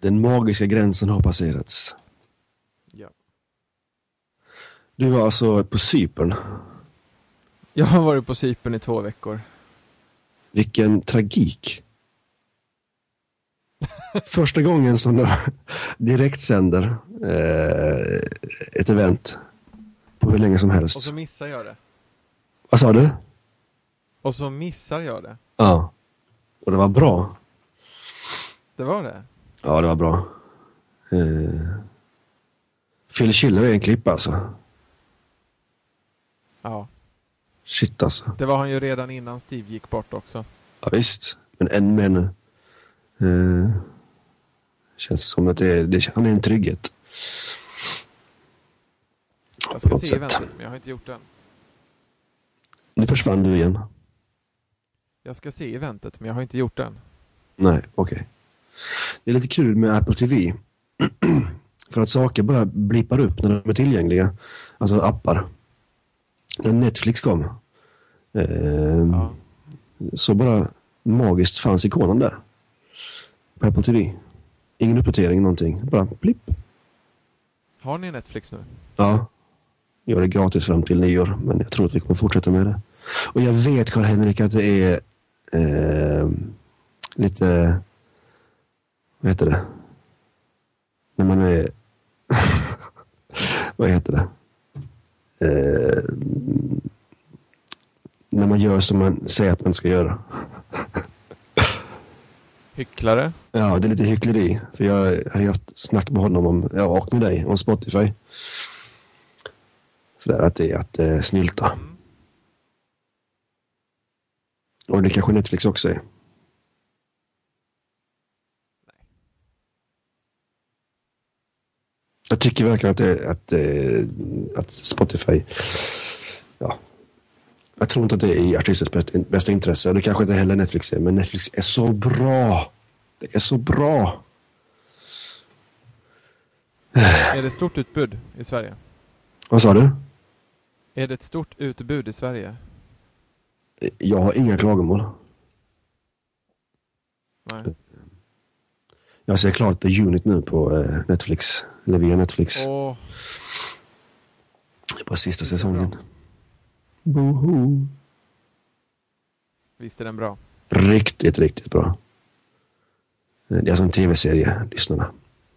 Den magiska gränsen har passerats. Ja. Du var alltså på Cypern. Jag har varit på Cypern i 2 veckor. Vilken tragik. Första gången som du direktsänder ett event på hur länge som helst. Och så missar jag det. Vad sa du? Och så missar jag det. Ja. Och det var bra. Det var det? Ja, det var bra. Phil Schiller är en klipp alltså. Ja. Shit alltså. Det var han ju redan innan Steve gick bort också. Ja visst. Men än mer nu. Känns som att han är en trygghet. Jag ska se eventet, men jag har inte gjort den. Nu försvann du igen. Jag ska se eventet, men jag har inte gjort den. Nej, okej. Det är lite kul med Apple TV. För att saker bara blippar upp när de är tillgängliga. Alltså appar. När Netflix kom. Så bara magiskt fanns ikonen där. På Apple TV. Ingen uppdatering, någonting. Bara blipp. Har ni Netflix nu? Ja. Gör det gratis fram till 9 år. Men jag tror att vi kommer fortsätta med det. Och jag vet, Karl-Henrik, att det är lite... Vad heter det? När man är... Vad heter det? När man gör som man säger att man ska göra. Hycklare? Ja, det är lite hyckleri. För jag har haft snack med honom om, och med dig, om Spotify. Så där att det är att snylta. Och det kanske Netflix också är. Jag tycker verkligen att Spotify, ja, jag tror inte att det är i artistens bästa intresse. Det kanske inte heller Netflix är, men Netflix är så bra. Det är så bra. Är det stort utbud i Sverige? Vad sa du? Är det ett stort utbud i Sverige? Jag har inga klagomål. Nej. Jag ser klart The Unit nu på Netflix. Eller via Netflix. På sista säsongen. Boho. Visst är den bra? Riktigt, riktigt bra. Det är som en tv-serie, lyssnarna.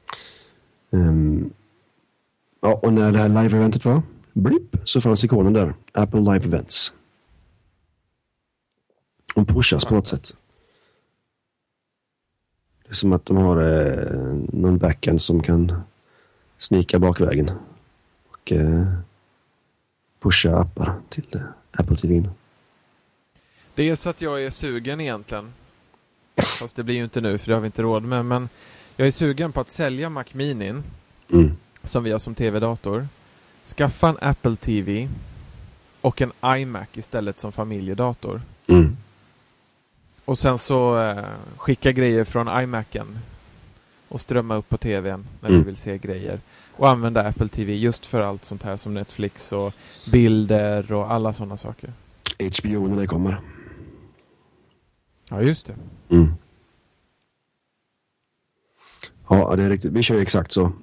Ja, och när det här live-eventet var, blipp, så fanns ikonen där. Apple Live Events. De pushas på något sätt. Det är som att de har någon backend som kan snika bakvägen och pusha appar till Apple TV. Det är så att jag är sugen egentligen. Fast det blir ju inte nu, för det har vi inte råd med. Men jag är sugen på att sälja Mac Mini som vi har som tv-dator. Skaffa en Apple TV och en iMac istället som familjedator. Och sen så skicka grejer från iMacen och strömma upp på tvn när vi vill se grejer. Och använda Apple TV just för allt sånt här som Netflix och bilder och alla sådana saker. HBO när det kommer. Ja, just det. Ja, det är riktigt. Vi kör ju exakt så.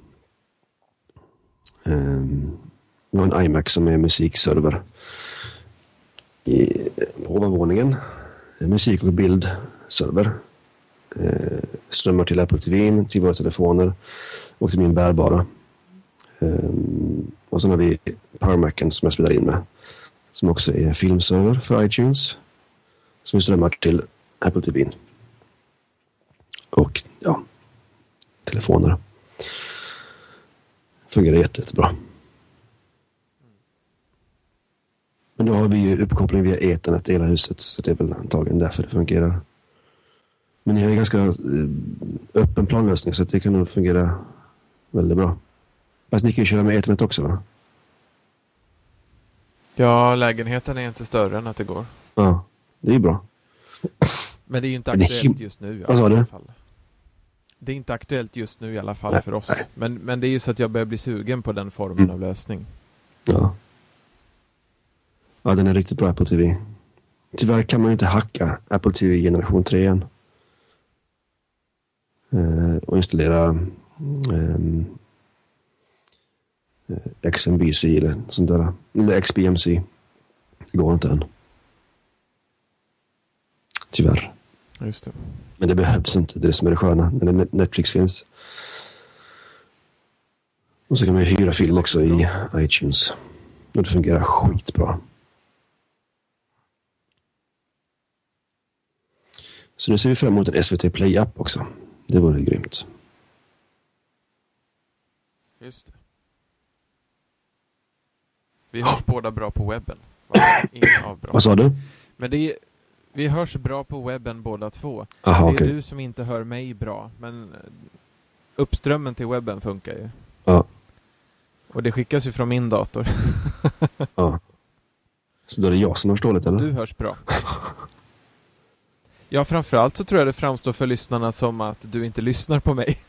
Vi har en iMac som är musikserver på ovanvåningen. Musik- och bildserver. Strömmar till Apple TV, till våra telefoner och till min bärbara. Och så har vi PowerMacen som jag spelar in med. Som också är filmserver för iTunes. Som vi strömmar till Apple TV. Och ja, telefoner. Fungerar jättebra. Men då har vi ju uppkoppling via Ethernet i hela huset. Så det är väl antagligen därför det fungerar. Men ni har ju ganska öppen planlösning så att det kan nog fungera väldigt bra. Fast ni kan ju köra med Ethernet också, va? Ja, lägenheten är inte större än att det går. Ja, det är ju bra. Men det är ju inte aktuellt just nu. Vad sa du? Det är inte aktuellt just nu i alla fall för oss. Men det är ju så att jag börjar bli sugen på den formen av lösning. Ja. Ja, den är riktigt bra, Apple TV. Tyvärr kan man ju inte hacka Apple TV generation 3 än. Och installera XMBC eller sånt där. Eller XBMC. Det går inte än. Tyvärr. Just det. Men det behövs inte. Det är det som är det sköna. När Netflix finns. Och så kan man ju hyra film också i iTunes. Och det fungerar skitbra. Så nu ser vi fram emot en SVT Play-app också. Det vore grymt. Just det. Vi hörs båda bra på webben. Inga avbrott. Vad sa du? Men vi hörs bra på webben båda två. Aha, det är okay. du som inte hör mig bra. Men uppströmmen till webben funkar ju. Ja. Och det skickas ju från min dator. Ja. Så då är det jag som hörs dåligt, eller? Du hörs bra. Ja, framförallt så tror jag det framstår för lyssnarna som att du inte lyssnar på mig.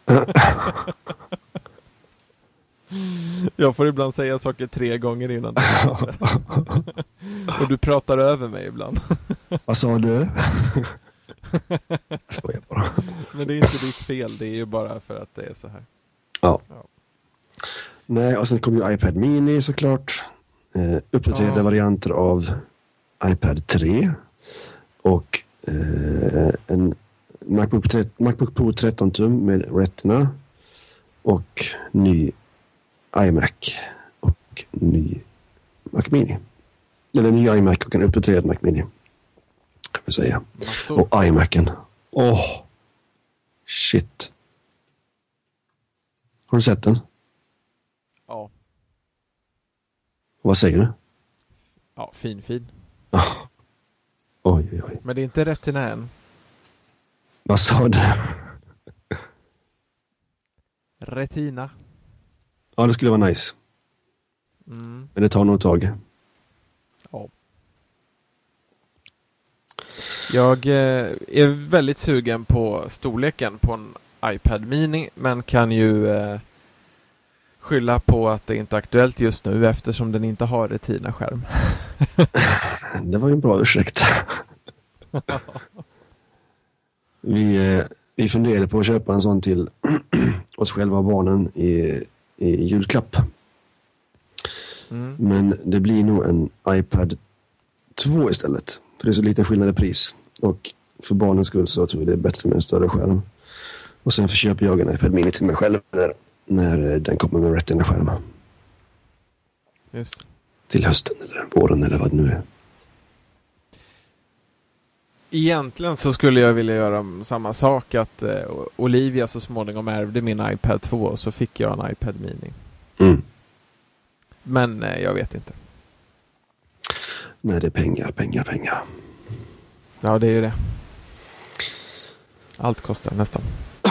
Jag får ibland säga saker 3 gånger innan. Och du pratar över mig ibland. Vad sa du? Jag skojar bara. Men det är inte ditt fel, det är ju bara för att det är så här. Ja. Nej, och sen kom ju iPad Mini såklart. Uppdaterade varianter av iPad 3. Och en MacBook Pro 13 tum med Retina. Och ny iMac och ny Mac Mini. Eller ny iMac och en uppdaterad Mac Mini. Kan vi säga. Och iMacen. Shit. Har du sett den? Ja. Vad säger du? Ja, fin. Oj. Men det är inte Retina än. Vad sa du? Retina. Ja, det skulle vara nice. Men det tar nog ett tag. Ja. Jag är väldigt sugen på storleken på en iPad Mini, men kan ju skylla på att det inte är aktuellt just nu eftersom den inte har Retina-skärm. Det var ju en bra ursäkt. Vi funderade på att köpa en sån till oss själva och barnen i julklapp. Men det blir nog en iPad 2 istället. För det är så liten skillnad i pris. Och för barnens skull så tror jag det är bättre med en större skärm. Och sen köper jag en iPad Mini till mig själv när den kommer med Retina-skärm. Just. Till hösten eller våren eller vad det nu är. Egentligen så skulle jag vilja göra samma sak, att Olivia så småningom ärvde min iPad 2 och så fick jag en iPad Mini. Men jag vet inte. Nej, det är pengar. Ja, det är ju det. Allt kostar nästan.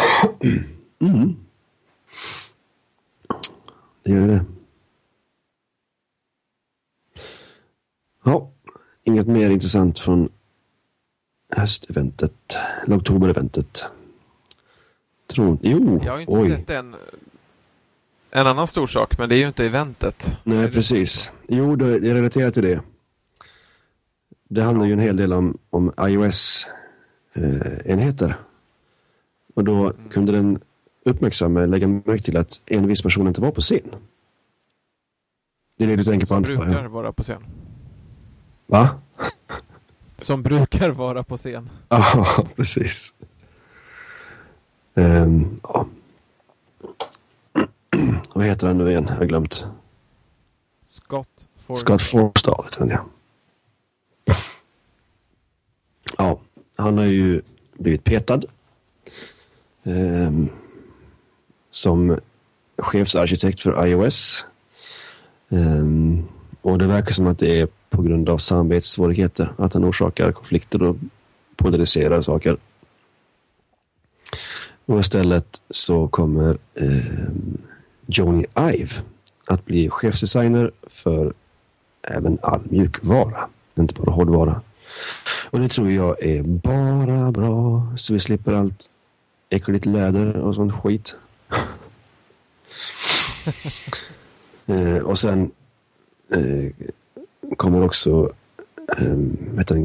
Det gör det. Ja, inget mer intressant från hösteventet, eller oktobereventet. Jag har ju inte sett en annan stor sak, men det är ju inte eventet. Nej, precis. Jo, det är relaterat till det. Det handlar ju en hel del om iOS-enheter. Och då kunde den uppmärksamma lägga märke till att en viss person inte var på scen. Det är det du tänker på. Som brukar vara på scen. Va? Som brukar vara på scen. Ja, precis. Ja. Vad heter han nu igen? Jag har glömt. Scott Forstall heter han, ja. Ja, han har ju blivit petad som chefsarkitekt för iOS. Och det verkar som att det är på grund av samarbetssvårigheter, att han orsakar konflikter och polariserar saker. Och istället så kommer Jony Ive att bli chefsdesigner för även all mjukvara, inte bara hårdvara. Och det tror jag är bara bra, så vi slipper allt äckligt läder och sånt skit. Och sen kommer också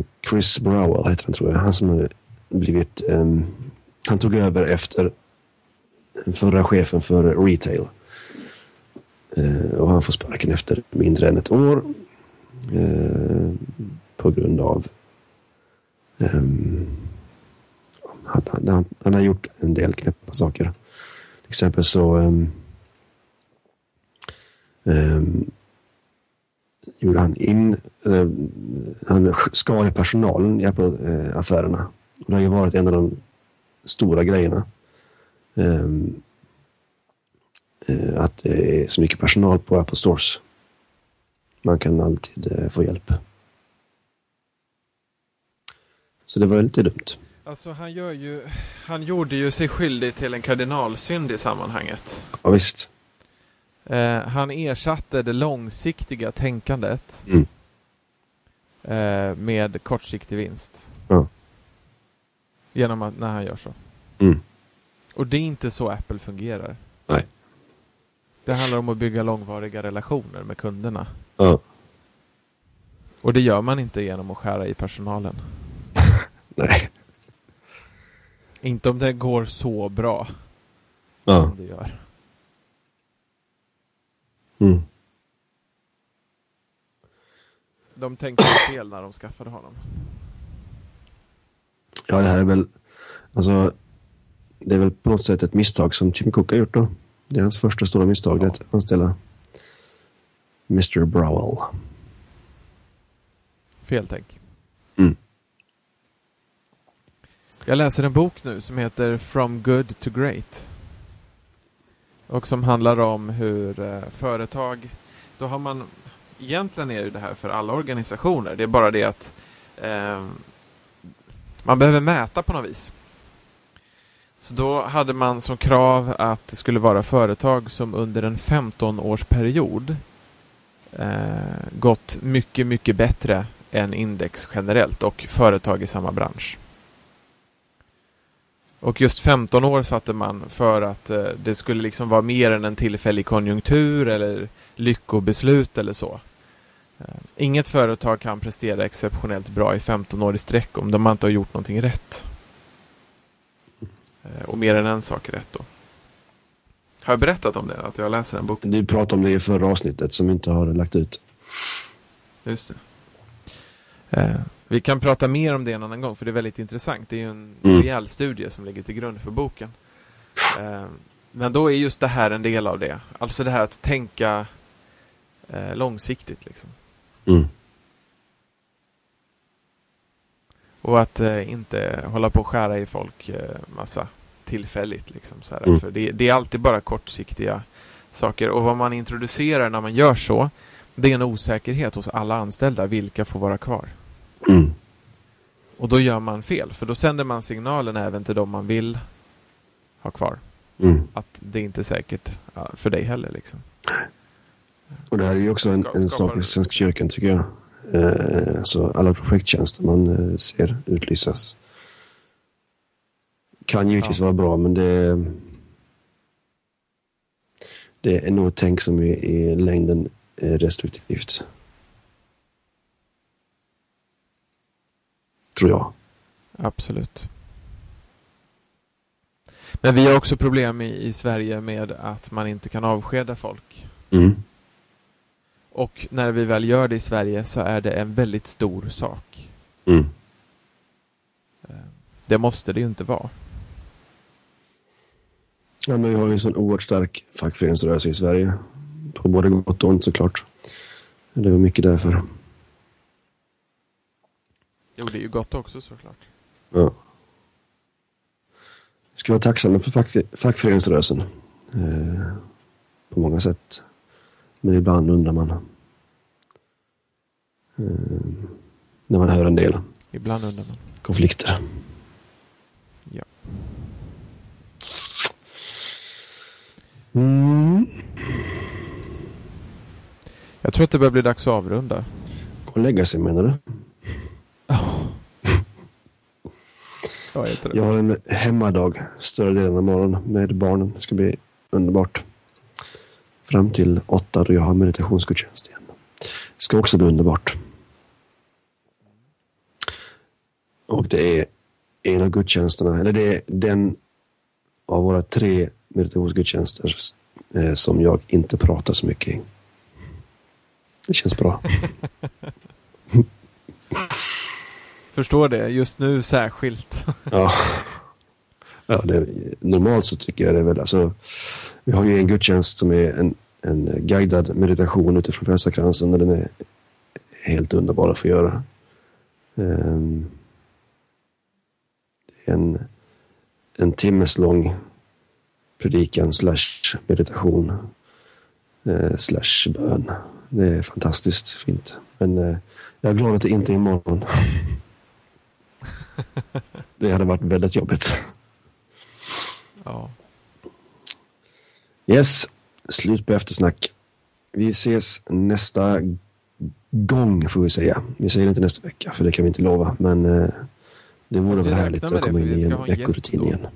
Chris Browell heter han, tror jag. Han som har blivit han tog över efter förra chefen för retail. Och han får sparken efter mindre än ett år. På grund av han har gjort en del knäppa saker. Till exempel så gjorde han skar i personalen i Apple-affärerna. Och det har ju varit en av de stora grejerna. Att det är så mycket personal på Apple Stores. Man kan alltid få hjälp. Så det var lite dumt. Alltså han gjorde ju sig skyldig till en kardinalsynd i sammanhanget. Ja, visst. Han ersatte det långsiktiga tänkandet med kortsiktig vinst. Ja. Genom att när han gör så. Och det är inte så Apple fungerar. Nej. Det handlar om att bygga långvariga relationer med kunderna. Ja. Och det gör man inte genom att skära i personalen. Nej. Inte om det går så bra som det gör. De tänkte fel när de skaffade honom. Ja, det här är väl alltså, det är väl på något sätt ett misstag som Tim Cook har gjort då. Det är hans första stora misstag, att anställa Mr. Browell. Feltänk. Jag läser en bok nu som heter From Good to Great. Och som handlar om hur företag, då har man, egentligen är det här för alla organisationer. Det är bara det att man behöver mäta på något vis. Så då hade man som krav att det skulle vara företag som under en 15-årsperiod gått mycket, mycket bättre än index generellt och företag i samma bransch. Och just 15 år satte man för att det skulle liksom vara mer än en tillfällig konjunktur eller lyckobeslut eller så. Inget företag kan prestera exceptionellt bra i 15 år i sträck om de inte har gjort någonting rätt. Och mer än en sak rätt då. Har jag berättat om det? Att jag läser en bok? Du pratade om det i förra avsnittet som inte har lagt ut. Just det. Vi kan prata mer om det en annan gång för det är väldigt intressant. Det är ju en rejäl studie som ligger till grund för boken. Men då är just det här en del av det. Alltså det här att tänka långsiktigt liksom. Och att inte hålla på och skära i folk massa tillfälligt liksom så här. För det är alltid bara kortsiktiga saker. Och vad man introducerar när man gör så, det är en osäkerhet hos alla anställda vilka får vara kvar. Och då gör man fel. För då sänder man signalen även till dem man vill ha kvar. Att det är inte säkert för dig heller liksom. Och det här är ju också en sak i Svenska kyrkan tycker jag. Så alla projekttjänster man ser utlysas kan givetvis vara bra, men det är nog ett tänk som i längden är restriktivt. Tror jag. Absolut. Men vi har också problem i Sverige med att man inte kan avskeda folk. Och när vi väl gör det i Sverige så är det en väldigt stor sak. Det måste det ju inte vara. Ja, men vi har ju en sån oerhört stark fackföreningsrörelse i Sverige. På både gott och ont såklart. Det var mycket därför. Jo, det är ju gott också såklart. Ja. Vi ska vara tacksamma för fackföreningsrörelsen. På många sätt. Men ibland undrar man. När man hör en del. Ibland undrar man. Konflikter. Ja. Jag tror att det börjar bli dags att avrunda. Gå och lägga sig, menar du? Jag har en hemmadag större delen av morgonen med barnen. Det ska bli underbart. Fram till 8 då jag har meditationsgudstjänst igen. Det ska också bli underbart. Och det är en av gudstjänsterna, eller det är den av våra 3 meditationsgudstjänster som jag inte pratar så mycket i. Det känns bra. Förstår det, just nu särskilt. Ja, normalt så tycker jag det är väl, alltså, vi har ju en gudstjänst som är en guidad meditation utifrån frälsarkransen, och den är helt underbar att få göra. En timmes lång predikan / meditation / bön. Det är fantastiskt fint. Men jag är glad att det inte är imorgon. Det hade varit väldigt jobbigt. Ja. Yes, slut på eftersnack. Vi ses nästa gång, får vi säga. Vi säger inte nästa vecka, för det kan vi inte lova. Men det vore väl härligt att komma in i en veckorutin igen.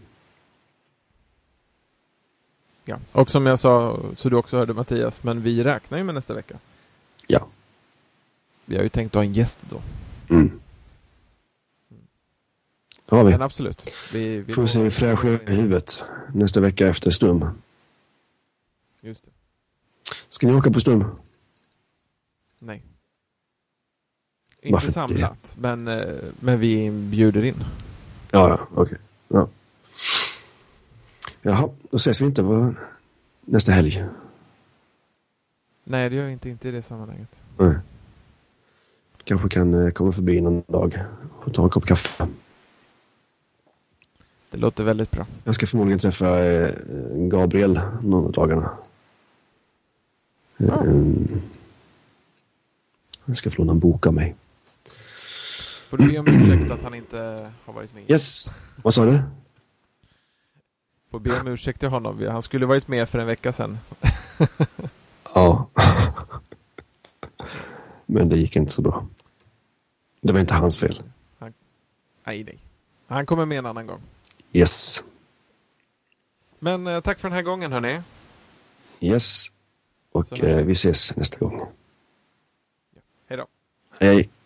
Ja, och som jag sa, så du också hörde Mattias, men vi räknar ju med nästa vecka. Ja. Vi har ju tänkt att ha en gäst då. Har vi. Men absolut. Vi får se hur fräsch i huvudet nästa vecka efter Stum. Just det. Ska ni åka på Stum? Nej. Inte samlat, men vi bjuder in. Ja, okej. Ja. Jaha, då ses vi inte på nästa helg. Nej, det gör vi inte i det sammanhanget. Nej. Kanske kan komma förbi någon dag och ta en kopp kaffe. Det låter väldigt bra. Jag ska förmodligen träffa Gabriel någon av dagarna. Han ska få låna en bok av mig. Får du be om ursäkt att han inte har varit med? Yes. Vad sa du? Får be om ursäkt till honom. Han skulle varit med för en vecka sedan. Ja. Men det gick inte så bra. Det var inte hans fel. Nej. Han kommer med en annan gång. Yes. Men tack för den här gången, hörni. Yes. Och vi ses nästa gång. Ja. Hej då. Hej.